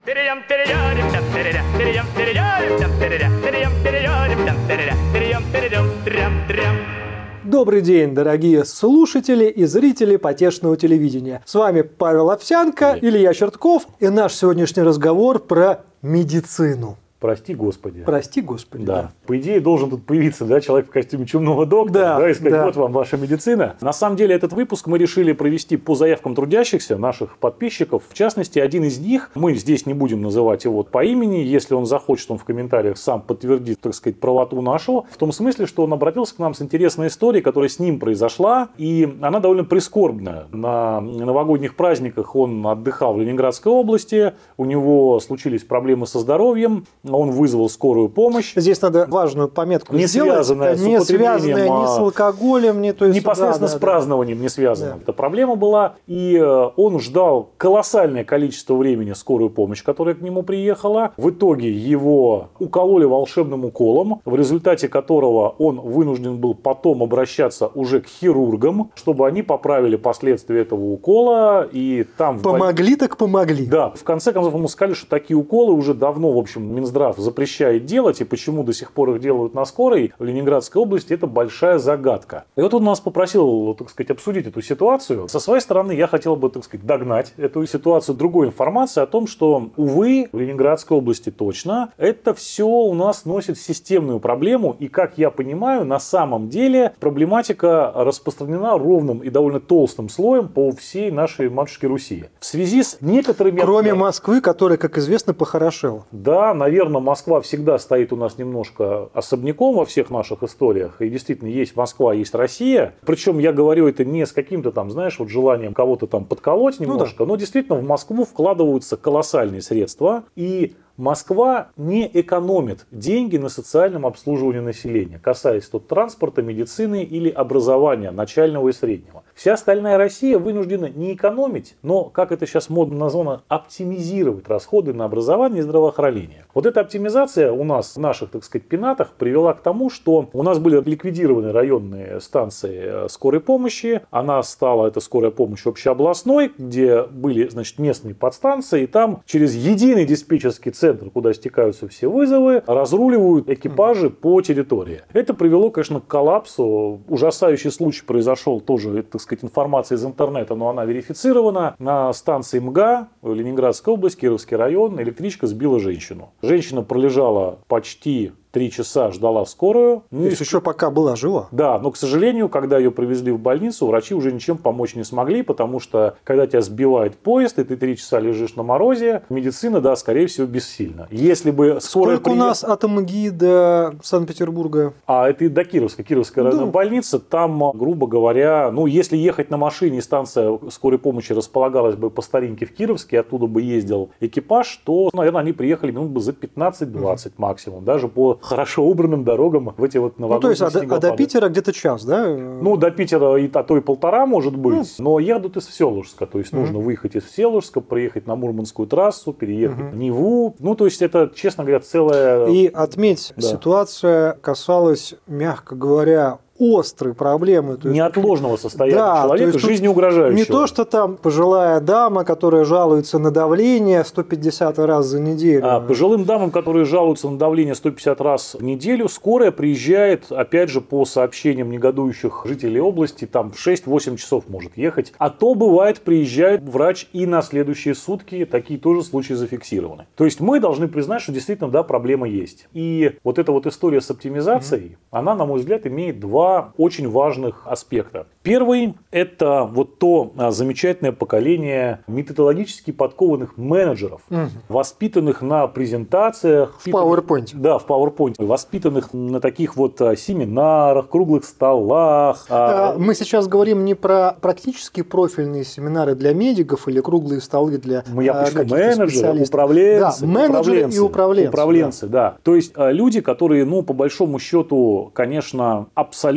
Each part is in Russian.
Добрый день, дорогие слушатели и зрители потешного телевидения. С вами Павел Овсянко, Илья Чертков и наш сегодняшний разговор про медицину. Прости, Господи. Прости, Господи. Да. По идее, должен тут появиться человек в костюме чумного доктора, и сказать, вот вам ваша медицина. На самом деле, этот выпуск мы решили провести по заявкам трудящихся, наших подписчиков. В частности, один из них, мы здесь не будем называть его по имени, если он захочет, он в комментариях сам подтвердит, так сказать, правоту нашу. В том смысле, что он обратился к нам с интересной историей, которая с ним произошла, и она довольно прискорбная. На новогодних праздниках он отдыхал в Ленинградской области, у него случились проблемы со здоровьем, он вызвал скорую помощь. Здесь надо важную пометку не сделать. Связанная не связанная ни с алкоголем, ни то есть непосредственно с празднованием не связанная. Да. Эта проблема была. И он ждал колоссальное количество времени скорую помощь, которая к нему приехала. В итоге его укололи волшебным уколом, в результате которого он вынужден был потом обращаться уже к хирургам, чтобы они поправили последствия этого укола. И там помогли так помогли. Да. В конце концов ему сказали, что такие уколы уже давно, в общем, Минздрав запрещает делать, и почему до сих пор их делают на скорой в Ленинградской области, это большая загадка. И вот он нас попросил, так сказать, обсудить эту ситуацию. Со своей стороны, я хотел бы, так сказать, догнать эту ситуацию другой информацией о том, что, увы, в Ленинградской области точно, это все у нас носит системную проблему, и, как я понимаю, на самом деле проблематика распространена ровным и довольно толстым слоем по всей нашей матушке Руси. В связи с некоторыми... Кроме Москвы, которая, как известно, похорошела. Да, наверное, Москва всегда стоит у нас немножко особняком во всех наших историях. И действительно, есть Москва, есть Россия. Причем я говорю это не с каким-то там, знаешь, вот желанием кого-то там подколоть немножко. Но действительно в Москву вкладываются колоссальные средства. И Москва не экономит деньги на социальном обслуживании населения, касаясь тут транспорта, медицины или образования начального и среднего. Вся остальная Россия вынуждена не экономить, но, как это сейчас модно названо, оптимизировать расходы на образование и здравоохранение. Вот эта оптимизация у нас в наших, так сказать, пенатах привела к тому, что у нас были ликвидированы районные станции скорой помощи. Она стала, эта скорая помощь, общеобластной, где были, значит, местные подстанции. И там через единый диспетчерский центр, куда стекаются все вызовы, разруливают экипажи по территории. Это привело, конечно, к коллапсу. Ужасающий случай произошел тоже, так сказать, информация из интернета, но она верифицирована. На станции МГА, Ленинградская область, Кировский район, электричка сбила женщину. Женщина пролежала почти 3 часа, ждала скорую. То есть еще пока была жива? Да, но, к сожалению, когда ее привезли в больницу, врачи уже ничем помочь не смогли, потому что, когда тебя сбивает поезд, и ты 3 часа лежишь на морозе, медицина, да, скорее всего, бессильна. Если бы скорая сколько у нас от МГИ до Санкт-Петербурга? А это и до Кировска, Кировская районная больница. Там, грубо говоря, если ехать на машине, станция скорой помощи располагалась бы по старинке в Кировске, оттуда бы ездил экипаж, то, наверное, они приехали минут бы за 15-20 максимум, даже по хорошо убранным дорогам в эти вот новогодние снегопады. А до Питера где-то час, да? До Питера а то и 1,5 может быть. Но едут из Всеволожска. То есть нужно выехать из Всеволожска, проехать на Мурманскую трассу, переехать в Неву. То есть это, честно говоря, целая... И отметь, ситуация касалась, мягко говоря, острой проблемы. То есть, неотложного состояния человека, жизни угрожающего. Не то, что там пожилая дама, которая жалуется на давление 150 раз за неделю. А пожилым дамам, которые жалуются на давление 150 раз в неделю, скорая приезжает, опять же, по сообщениям негодующих жителей области, там в 6-8 часов может ехать. А то, бывает, приезжает врач и на следующие сутки. Такие тоже случаи зафиксированы. То есть мы должны признать, что действительно, да, проблема есть. И вот эта вот история с оптимизацией, она, на мой взгляд, имеет два очень важных аспекта. Первый – это вот то замечательное поколение методологически подкованных менеджеров, воспитанных на презентациях. В PowerPoint. Да, в PowerPoint. Воспитанных на таких вот семинарах, круглых столах. Мы сейчас говорим не про практически профильные семинары для медиков или круглые столы для менеджеры, управленцы. Да, менеджеры и управленцы. Да. То есть люди, которые, по большому счету, конечно, абсолютно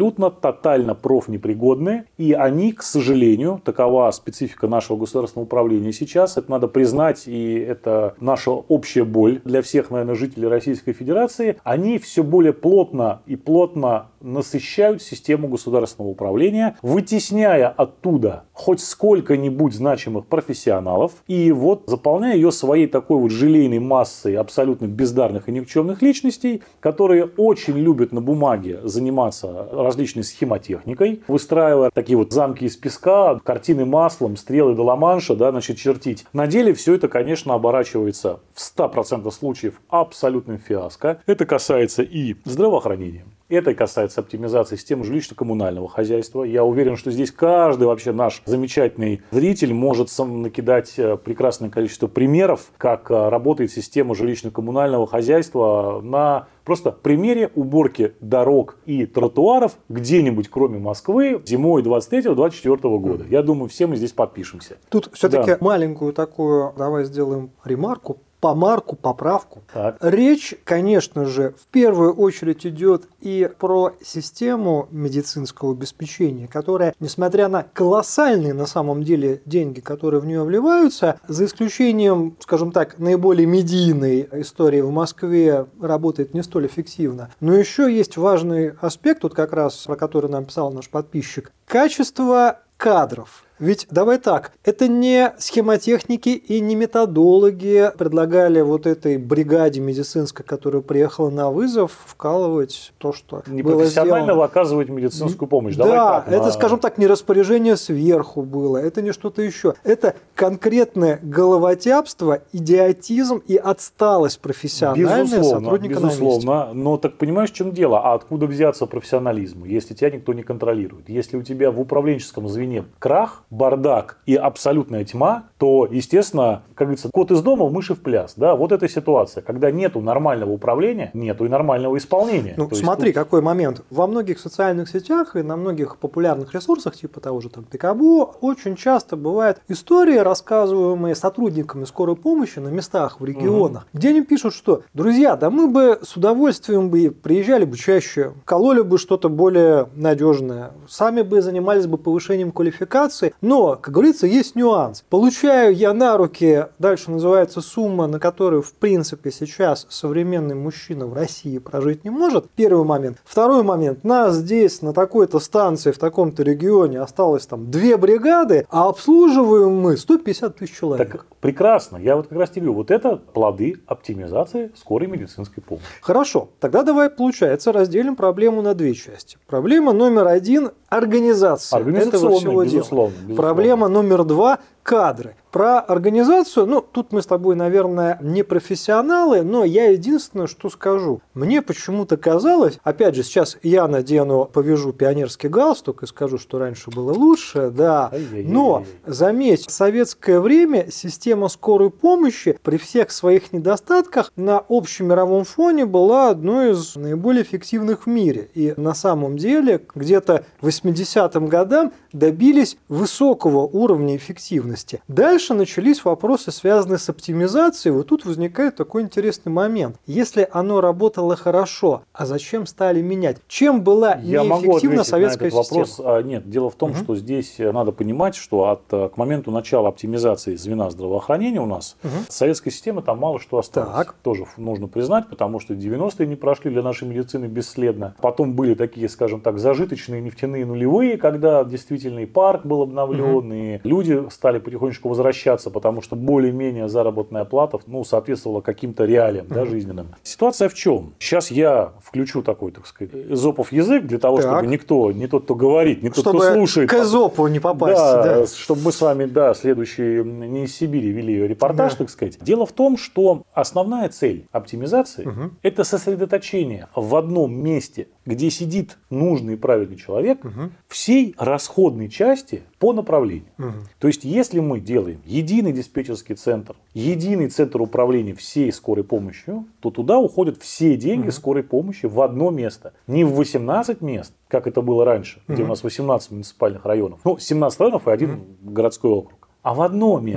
абсолютно, тотально профнепригодные. И они, к сожалению, такова специфика нашего государственного управления сейчас. Это надо признать, и это наша общая боль для всех, наверное, жителей Российской Федерации. Они все более плотно и плотно насыщают систему государственного управления, вытесняя оттуда хоть сколько-нибудь значимых профессионалов, и вот заполняя ее своей такой вот желейной массой абсолютно бездарных и никчемных личностей, которые очень любят на бумаге заниматься различной схемотехникой, выстраивая такие вот замки из песка, картины маслом, стрелы до Ла-Манша, да, значит, чертить. На деле все это, конечно, оборачивается в 100% случаев абсолютным фиаско. Это касается и здравоохранения. Это касается оптимизации системы жилищно-коммунального хозяйства. Я уверен, что здесь каждый вообще наш замечательный зритель может сам накидать прекрасное количество примеров, как работает система жилищно-коммунального хозяйства на просто примере уборки дорог и тротуаров где-нибудь, кроме Москвы, зимой 23-24 года. Я думаю, все мы здесь подпишемся. Тут все-таки маленькую такую, давай сделаем ремарку. Поправку. Так. Речь, конечно же, в первую очередь идет и про систему медицинского обеспечения, которая, несмотря на колоссальные на самом деле деньги, которые в нее вливаются, за исключением, скажем так, наиболее медийной истории в Москве, работает не столь эффективно. Но еще есть важный аспект, вот как раз про который нам писал наш подписчик, качество кадров. Ведь давай так, это не схемотехники и не методологи предлагали вот этой бригаде медицинской, которая приехала на вызов, вкалывать то, что было сделано. Оказывать медицинскую помощь. Да, это, скажем так, не распоряжение сверху было, это не что-то еще. Это конкретное головотяпство, идиотизм и отсталость профессиональная сотрудника на месте. Безусловно, но так понимаешь, в чем дело? А откуда взяться профессионализму, если тебя никто не контролирует? Если у тебя в управленческом звене крах, бардак и абсолютная тьма, то, естественно, как говорится, кот из дома, мыши в пляс. Да? Вот эта ситуация, когда нету нормального управления, нету и нормального исполнения. Ну, смотри, какой момент. Во многих социальных сетях и на многих популярных ресурсах, типа того же там Пикабу, очень часто бывают истории, рассказываемые сотрудниками скорой помощи на местах в регионах, где они пишут, что, друзья, да мы бы с удовольствием бы приезжали бы чаще, кололи бы что-то более надежное, сами бы занимались бы повышением квалификации, но, как говорится, есть нюанс. Получаю я на руки, дальше называется сумма, на которую, в принципе, сейчас современный мужчина в России прожить не может. Первый момент. Второй момент. Нас здесь, на такой-то станции, в таком-то регионе осталось там 2 бригады, а обслуживаем мы 150 тысяч человек. Так прекрасно. Я вот как раз тебе говорю, вот это плоды оптимизации скорой медицинской помощи. Хорошо. Тогда давай, получается, разделим проблему на 2 части. Проблема номер 1 – организация этого всего дела. Проблема номер 2 – кадры. Про организацию, ну, тут мы с тобой, наверное, не профессионалы, но я единственное, что скажу. Мне почему-то казалось, опять же, сейчас я надену, повяжу пионерский галстук и скажу, что раньше было лучше, да, но, заметь, в советское время система скорой помощи при всех своих недостатках на общемировом фоне была одной из наиболее эффективных в мире. И на самом деле, где-то к 80-м годам добились высокого уровня эффективности. Дальше начались вопросы, связанные с оптимизацией. Вот тут возникает такой интересный момент. Если оно работало хорошо, а зачем стали менять? Чем была неэффективна советская система? Вопрос. Нет, дело в том, что здесь надо понимать, что к моменту начала оптимизации звена здравоохранения у нас советской системы там мало что осталось. Так. Тоже нужно признать, потому что 90-е не прошли для нашей медицины бесследно. Потом были такие, скажем так, зажиточные нефтяные нулевые, когда действительно и парк был обновлен, и люди стали потихонечку возвращаться, потому что более-менее заработная плата, ну, соответствовала каким-то реалиям, да, жизненным. Ситуация в чем? Сейчас я включу такой, так сказать, эзопов язык для того, чтобы никто, не тот, кто говорит, не тот, кто слушает. К эзопу не попасть. Да, чтобы мы с вами, следующий не из Сибири вели репортаж, так сказать. Дело в том, что основная цель оптимизации – это сосредоточение в одном месте, где сидит нужный и правильный человек, всей расходной части по направлению. То есть, если мы делаем единый диспетчерский центр, единый центр управления всей скорой помощью, то туда уходят все деньги скорой помощи в одно место. Не в 18 мест, как это было раньше, где у нас 18 муниципальных районов. Ну, 17 районов и один городской округ. А в одно место.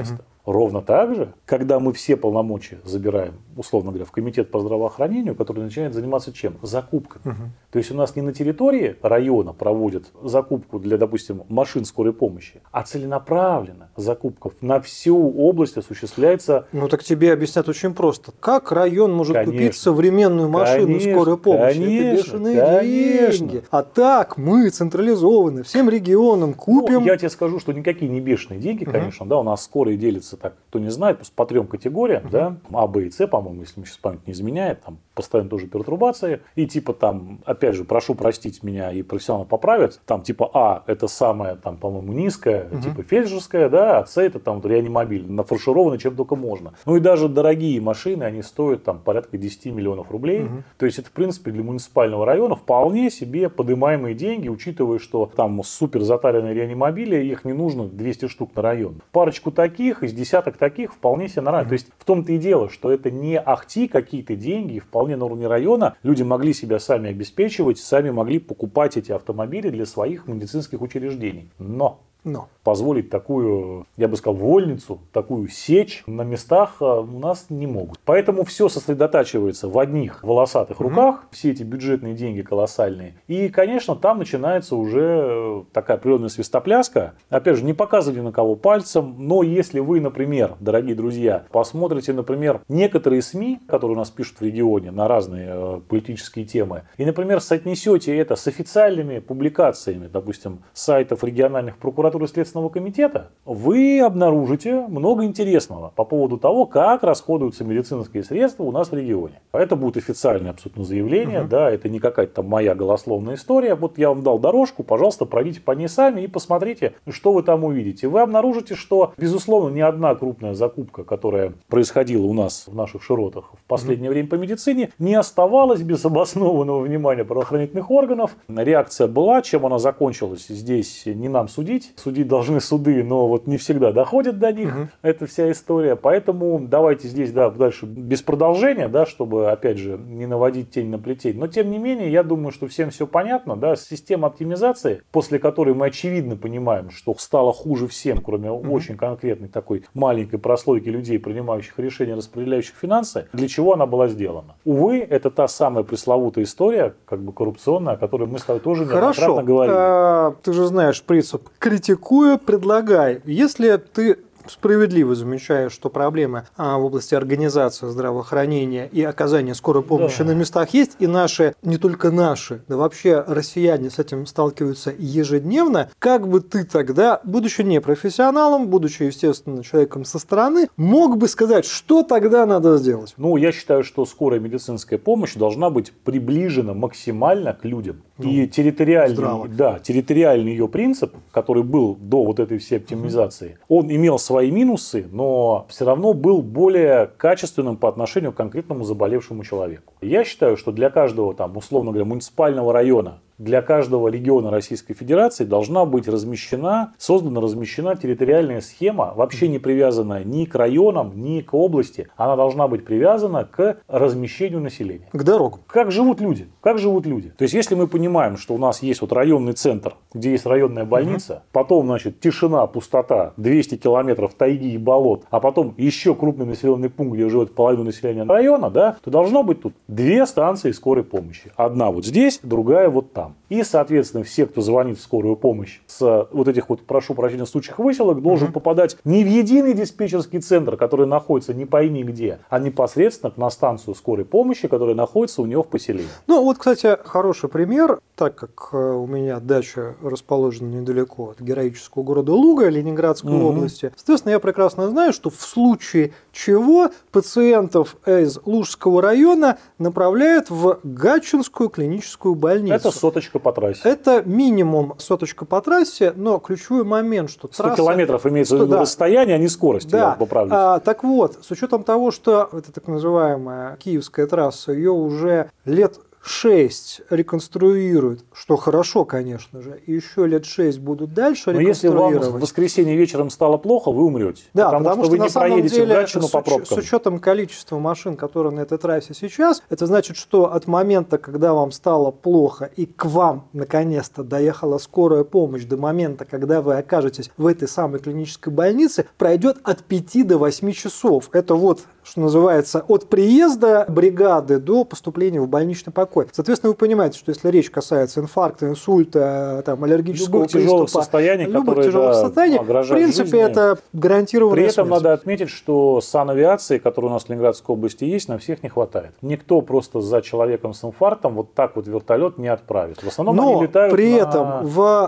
Ровно так же, когда мы все полномочия забираем, условно говоря, в комитет по здравоохранению, который начинает заниматься чем? Закупками. То есть у нас не на территории района проводят закупку для, допустим, машин скорой помощи, а целенаправленно закупка на всю область осуществляется. Ну так тебе объяснят очень просто. Как район может купить современную машину скорой помощи? Это бешеные деньги. А так мы централизованно всем регионам купим. Ну, я тебе скажу, что никакие не бешеные деньги, конечно. Да, у нас скорые делятся, так, кто не знает, по 3 категориям. Да, А, Б и С, по-моему, если мне сейчас память не изменяет. Там постоянно тоже пертурбации. И типа там, опять же, прошу простить меня и профессионалы поправят. Там типа А это самая, там, по-моему, низкая, типа фельдшерская, да, а С это там вот, реанимобиль, нафаршированы чем только можно. Ну и даже дорогие машины, они стоят там порядка 10 миллионов рублей. То есть это, в принципе, для муниципального района вполне себе поднимаемые деньги, учитывая, что там супер затаренные реанимобили, их не нужно 200 штук на район. Парочку таких, из десяток таких вполне себе нормально. То есть в том-то и дело, что это не ахти какие-то деньги, вполне на уровне района люди могли себя сами обеспечивать, сами могли покупать эти автомобили для своих медицинских учреждений. Но позволить такую, я бы сказал, вольницу, такую сечь на местах у нас не могут. Поэтому все сосредотачивается в одних волосатых руках, все эти бюджетные деньги колоссальные. И, конечно, там начинается уже такая природная свистопляска. Опять же, не показывайте на кого пальцем, но если вы, например, дорогие друзья, посмотрите, например, некоторые СМИ, которые у нас пишут в регионе на разные политические темы, и, например, соотнесете это с официальными публикациями, допустим, сайтов региональных прокуратур и Следственного комитета, вы обнаружите много интересного по поводу того, как расходуются медицинские средства у нас в регионе. Это будет официальное абсолютно заявление, да, это не какая-то там моя голословная история. Вот я вам дал дорожку, пожалуйста, пройдите по ней сами и посмотрите, что вы там увидите. Вы обнаружите, что, безусловно, ни одна крупная закупка, которая происходила у нас в наших широтах в последнее время по медицине, не оставалась без обоснованного внимания правоохранительных органов. Реакция была, чем она закончилась, здесь не нам судить. Судить должны суды, но вот не всегда доходят до них. Это вся история. Поэтому давайте здесь дальше без продолжения, да, чтобы, опять же, не наводить тень на плетень. Но, тем не менее, я думаю, что всем все понятно. Да, система оптимизации, после которой мы очевидно понимаем, что стало хуже всем, кроме очень конкретной такой маленькой прослойки людей, принимающих решения, распределяющих финансы, для чего она была сделана. Увы, это та самая пресловутая история, как бы коррупционная, о которой мы с тобой тоже неоднократно говорили. Ты же знаешь принцип критикуя, предлагай. Если ты справедливо замечаешь, что проблемы в области организации здравоохранения и оказания скорой помощи на местах есть, и наши, не только наши, да вообще россияне с этим сталкиваются ежедневно, как бы ты тогда, будучи не профессионалом, будучи, естественно, человеком со стороны, мог бы сказать, что тогда надо сделать? Ну, я считаю, что скорая медицинская помощь должна быть приближена максимально к людям. И территориальный ее принцип, который был до вот этой всей оптимизации, он имел свои минусы, но все равно был более качественным по отношению к конкретному заболевшему человеку. Я считаю, что для каждого, там, условно говоря, муниципального района, для каждого региона Российской Федерации должна быть размещена территориальная схема, вообще не привязанная ни к районам, ни к области. Она должна быть привязана к размещению населения. К дорогам. Как живут люди. То есть, если мы понимаем, что у нас есть вот районный центр, где есть районная больница, потом, значит, тишина, пустота, 200 километров тайги и болот, а потом еще крупный населенный пункт, где живет половина населения района, да, то должно быть тут 2 станции скорой помощи. Одна вот здесь, другая вот там. И, соответственно, все, кто звонит в скорую помощь с вот этих вот, прошу прощения, сучьих выселок, должен попадать не в единый диспетчерский центр, который находится не пойми где, а непосредственно на станцию скорой помощи, которая находится у него в поселении. Ну, вот, кстати, хороший пример, так как у меня дача расположена недалеко от героического города Луга, Ленинградской области. Соответственно, я прекрасно знаю, что в случае чего пациентов из Лужского района направляют в Гатчинскую клиническую больницу. Это соточка по трассе. Это минимум соточка по трассе, но ключевой момент, что 100 километров имеется в виду расстояние, а не скорость. Да. Я поправлюсь. Так вот, с учетом того, что это так называемая Киевская трасса, ее уже лет 6 реконструируют, что хорошо, конечно же, и еще лет 6 будут дальше реконструировать. Но если вам в воскресенье вечером стало плохо, вы умрете. Да, потому что вы на не самом проедете деле, в Гатчину по пробкам. С учетом количества машин, которые на этой трассе сейчас, это значит, что от момента, когда вам стало плохо и к вам наконец-то доехала скорая помощь, до момента, когда вы окажетесь в этой самой клинической больнице, пройдет от 5 до 8 часов. Это вот, что называется, от приезда бригады до поступления в больничный покой. Соответственно, вы понимаете, что если речь касается инфаркта, инсульта, там, аллергического любых тяжелых состояний, в принципе, жизни. Это гарантированная При этом смерть. надо отметить, что санавиации, которая у нас в Ленинградской области есть, на всех не хватает. Никто просто за человеком с инфарктом вот так вот вертолет не отправит. В основном они летают при этом в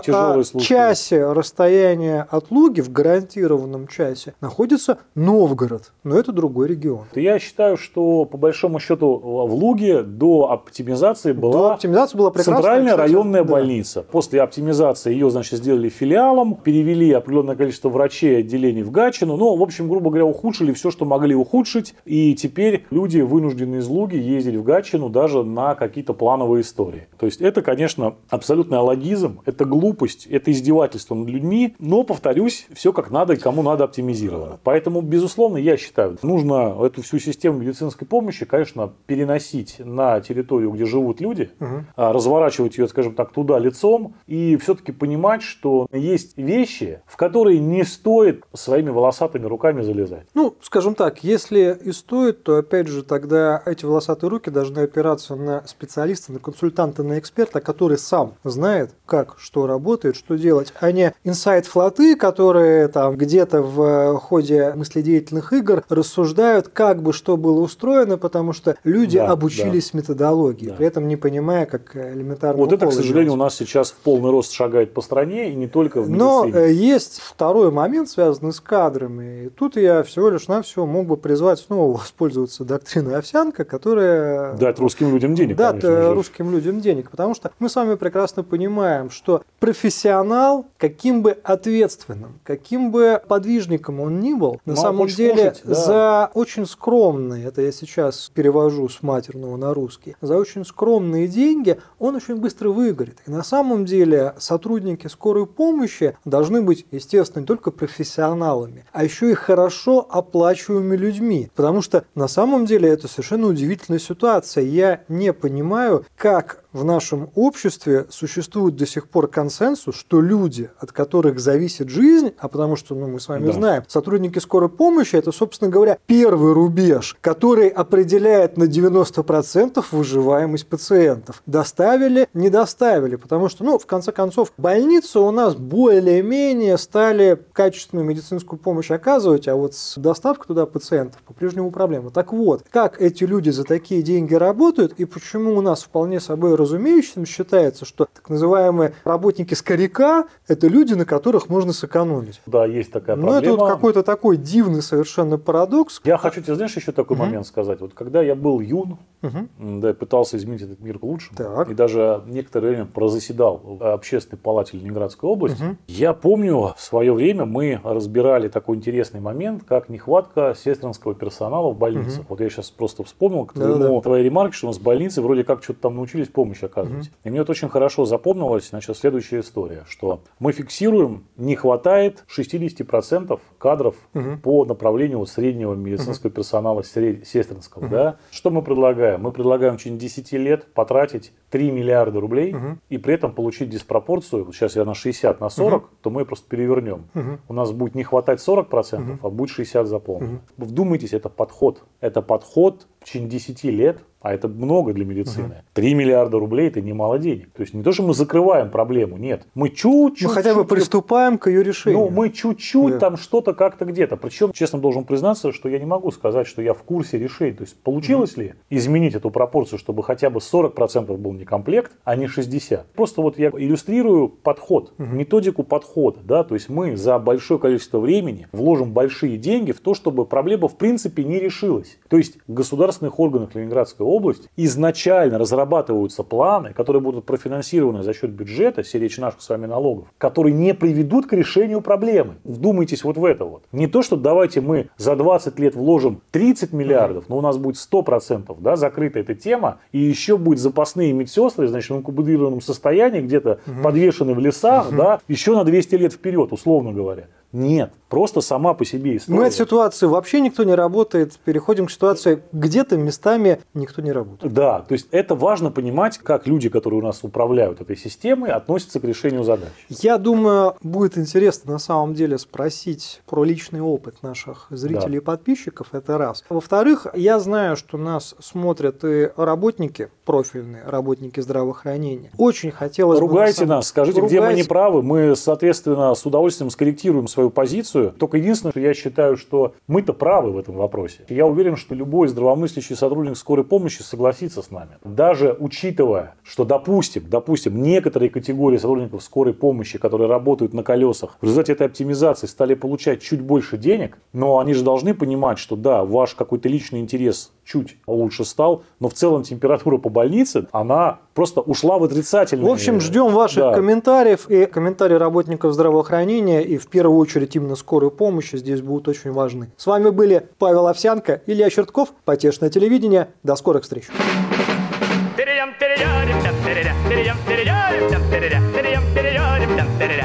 часе расстояния от Луги, в гарантированном часе, находится Новгород. Но это другой регион. Я считаю, что по большому счету в Луге до оптимизации была центральная районная больница. После оптимизации ее, значит, сделали филиалом, перевели определенное количество врачей и отделений в Гатчину. Ну, в общем, грубо говоря, ухудшили все, что могли ухудшить. И теперь люди вынуждены из Луги ездить в Гатчину даже на какие-то плановые истории. То есть это, конечно, абсолютный алогизм, это глупость, это издевательство над людьми. Но, повторюсь, все как надо и кому надо оптимизировано. Поэтому, безусловно, я считаю, нужно эту всю систему медицинской помощи, конечно, переносить на территорию, где живут люди, разворачивать ее, скажем так, туда лицом и все-таки понимать, что есть вещи, в которые не стоит своими волосатыми руками залезать. Ну, скажем так, если и стоит, то, опять же, тогда эти волосатые руки должны опираться на специалиста, на консультанта, на эксперта, который сам знает, как, что работает, что делать, а не инсайд-флоты, которые там где-то в ходе мыследеятельных игр рассуждают, как бы что было устроено, потому что люди обучились методологии, при этом не понимая, как элементарно. Вот это, к сожалению, у нас сейчас в полный рост шагает по стране, и не только в медицине. Но есть второй момент, связанный с кадрами. И тут я всего лишь навсего мог бы призвать снова воспользоваться доктриной Овсянко, которая... Дать русским людям денег. Дать русским людям денег. Потому что мы с вами прекрасно понимаем, что профессионал, каким бы ответственным, каким бы подвижником он ни был, на самом деле за очень скромные, это я сейчас перевожу с матерного на русский, за очень скромные деньги он очень быстро выгорит. И на самом деле сотрудники скорой помощи должны быть, естественно, не только профессионалами, а еще и хорошо оплачиваемыми людьми. Потому что на самом деле это совершенно удивительная ситуация. Я не понимаю, как в нашем обществе существует до сих пор консенсус, что люди, от которых зависит жизнь, а потому что, мы с вами знаем, сотрудники скорой помощи, это, собственно говоря, первый рубеж, который определяет на 90% выживаемость пациентов. Доставили, не доставили, потому что, в конце концов, больницы у нас более-менее стали качественную медицинскую помощь оказывать, а вот с доставкой туда пациентов по-прежнему проблема. Так вот, как эти люди за такие деньги работают и почему у нас вполне собой разумеющим считается, что так называемые работники скоряка – это люди, на которых можно сэкономить. Да, есть такая проблема. Но это вот какой-то такой дивный совершенно парадокс. Я хочу тебе, знаешь, еще такой момент сказать. Вот когда я был юн, я пытался изменить этот мир к лучшему, и даже некоторое время прозаседал в Общественной палате Ленинградской области, я помню, в свое время мы разбирали такой интересный момент, как нехватка сестринского персонала в больницах. Вот я сейчас просто вспомнил к твоей ремарке, что у нас в больнице вроде как что-то там научились помощь оказывать. И мне вот очень хорошо запомнилась, следующая история, что мы фиксируем, не хватает 60% кадров по направлению среднего медицинского персонала сестринского. Да? Что мы предлагаем? Мы предлагаем в течение 10 лет потратить 3 миллиарда рублей и при этом получить диспропорцию, вот сейчас я на 60 на 40, то мы просто перевернем. У нас будет не хватать 40%, а будет 60 заполнено. Вдумайтесь, это подход. Это подход в течение 10 лет, а это много для медицины. 3 миллиарда рублей – это немало денег. То есть не то, что мы закрываем проблему, нет. Мы чуть-чуть... Мы хотя бы приступаем к ее решению. Мы чуть-чуть там что-то как-то где-то. Причем, честно должен признаться, что я не могу сказать, что я в курсе решений. То есть получилось ли изменить эту пропорцию, чтобы хотя бы 40% был не комплект, а не 60%. Просто вот я иллюстрирую подход, методику подхода. Да? То есть мы за большое количество времени вложим большие деньги в то, чтобы проблема в принципе не решилась. То есть государство государственных органах Ленинградской области изначально разрабатываются планы, которые будут профинансированы за счет бюджета, если речь наших с вами налогов, которые не приведут к решению проблемы. Вдумайтесь вот в это вот. Не то, что давайте мы за 20 лет вложим 30 миллиардов, но у нас будет 100%, да, закрыта эта тема, и еще будут запасные медсестры, значит, в инкубационном состоянии, где-то подвешены в лесах, да, еще на 200 лет вперед, условно говоря. Нет, просто сама по себе история. Мы от ситуации вообще никто не работает, переходим к ситуации, где-то местами никто не работает. Да, то есть это важно понимать, как люди, которые у нас управляют этой системой, относятся к решению задач. Я думаю, будет интересно на самом деле спросить про личный опыт наших зрителей и подписчиков, это раз. Во-вторых, я знаю, что нас смотрят и работники профильные, работники здравоохранения. Очень хотелось бы... Ругайте нас, скажите, где мы не правы, мы, соответственно, с удовольствием скорректируем свою позицию. Только единственное, что я считаю, что мы-то правы в этом вопросе. Я уверен, что любой здравомыслящий сотрудник скорой помощи согласится с нами. Даже учитывая, что, допустим, некоторые категории сотрудников скорой помощи, которые работают на колесах, в результате этой оптимизации стали получать чуть больше денег, но они же должны понимать, что да, ваш какой-то личный интерес чуть лучше стал, но в целом температура по больнице, она просто ушла в отрицательный. В общем, ждем ваших комментариев и комментарии работников здравоохранения, и в первую очередь именно скорой помощи здесь будут очень важны. С вами были Павел Овсянко, Илья Чертков, Потешное телевидение. До скорых встреч. Перейдем, перейдем, перейдем, перейдем, перейдем, перейдем, перейдем, перейдем, перейдем, перейдем.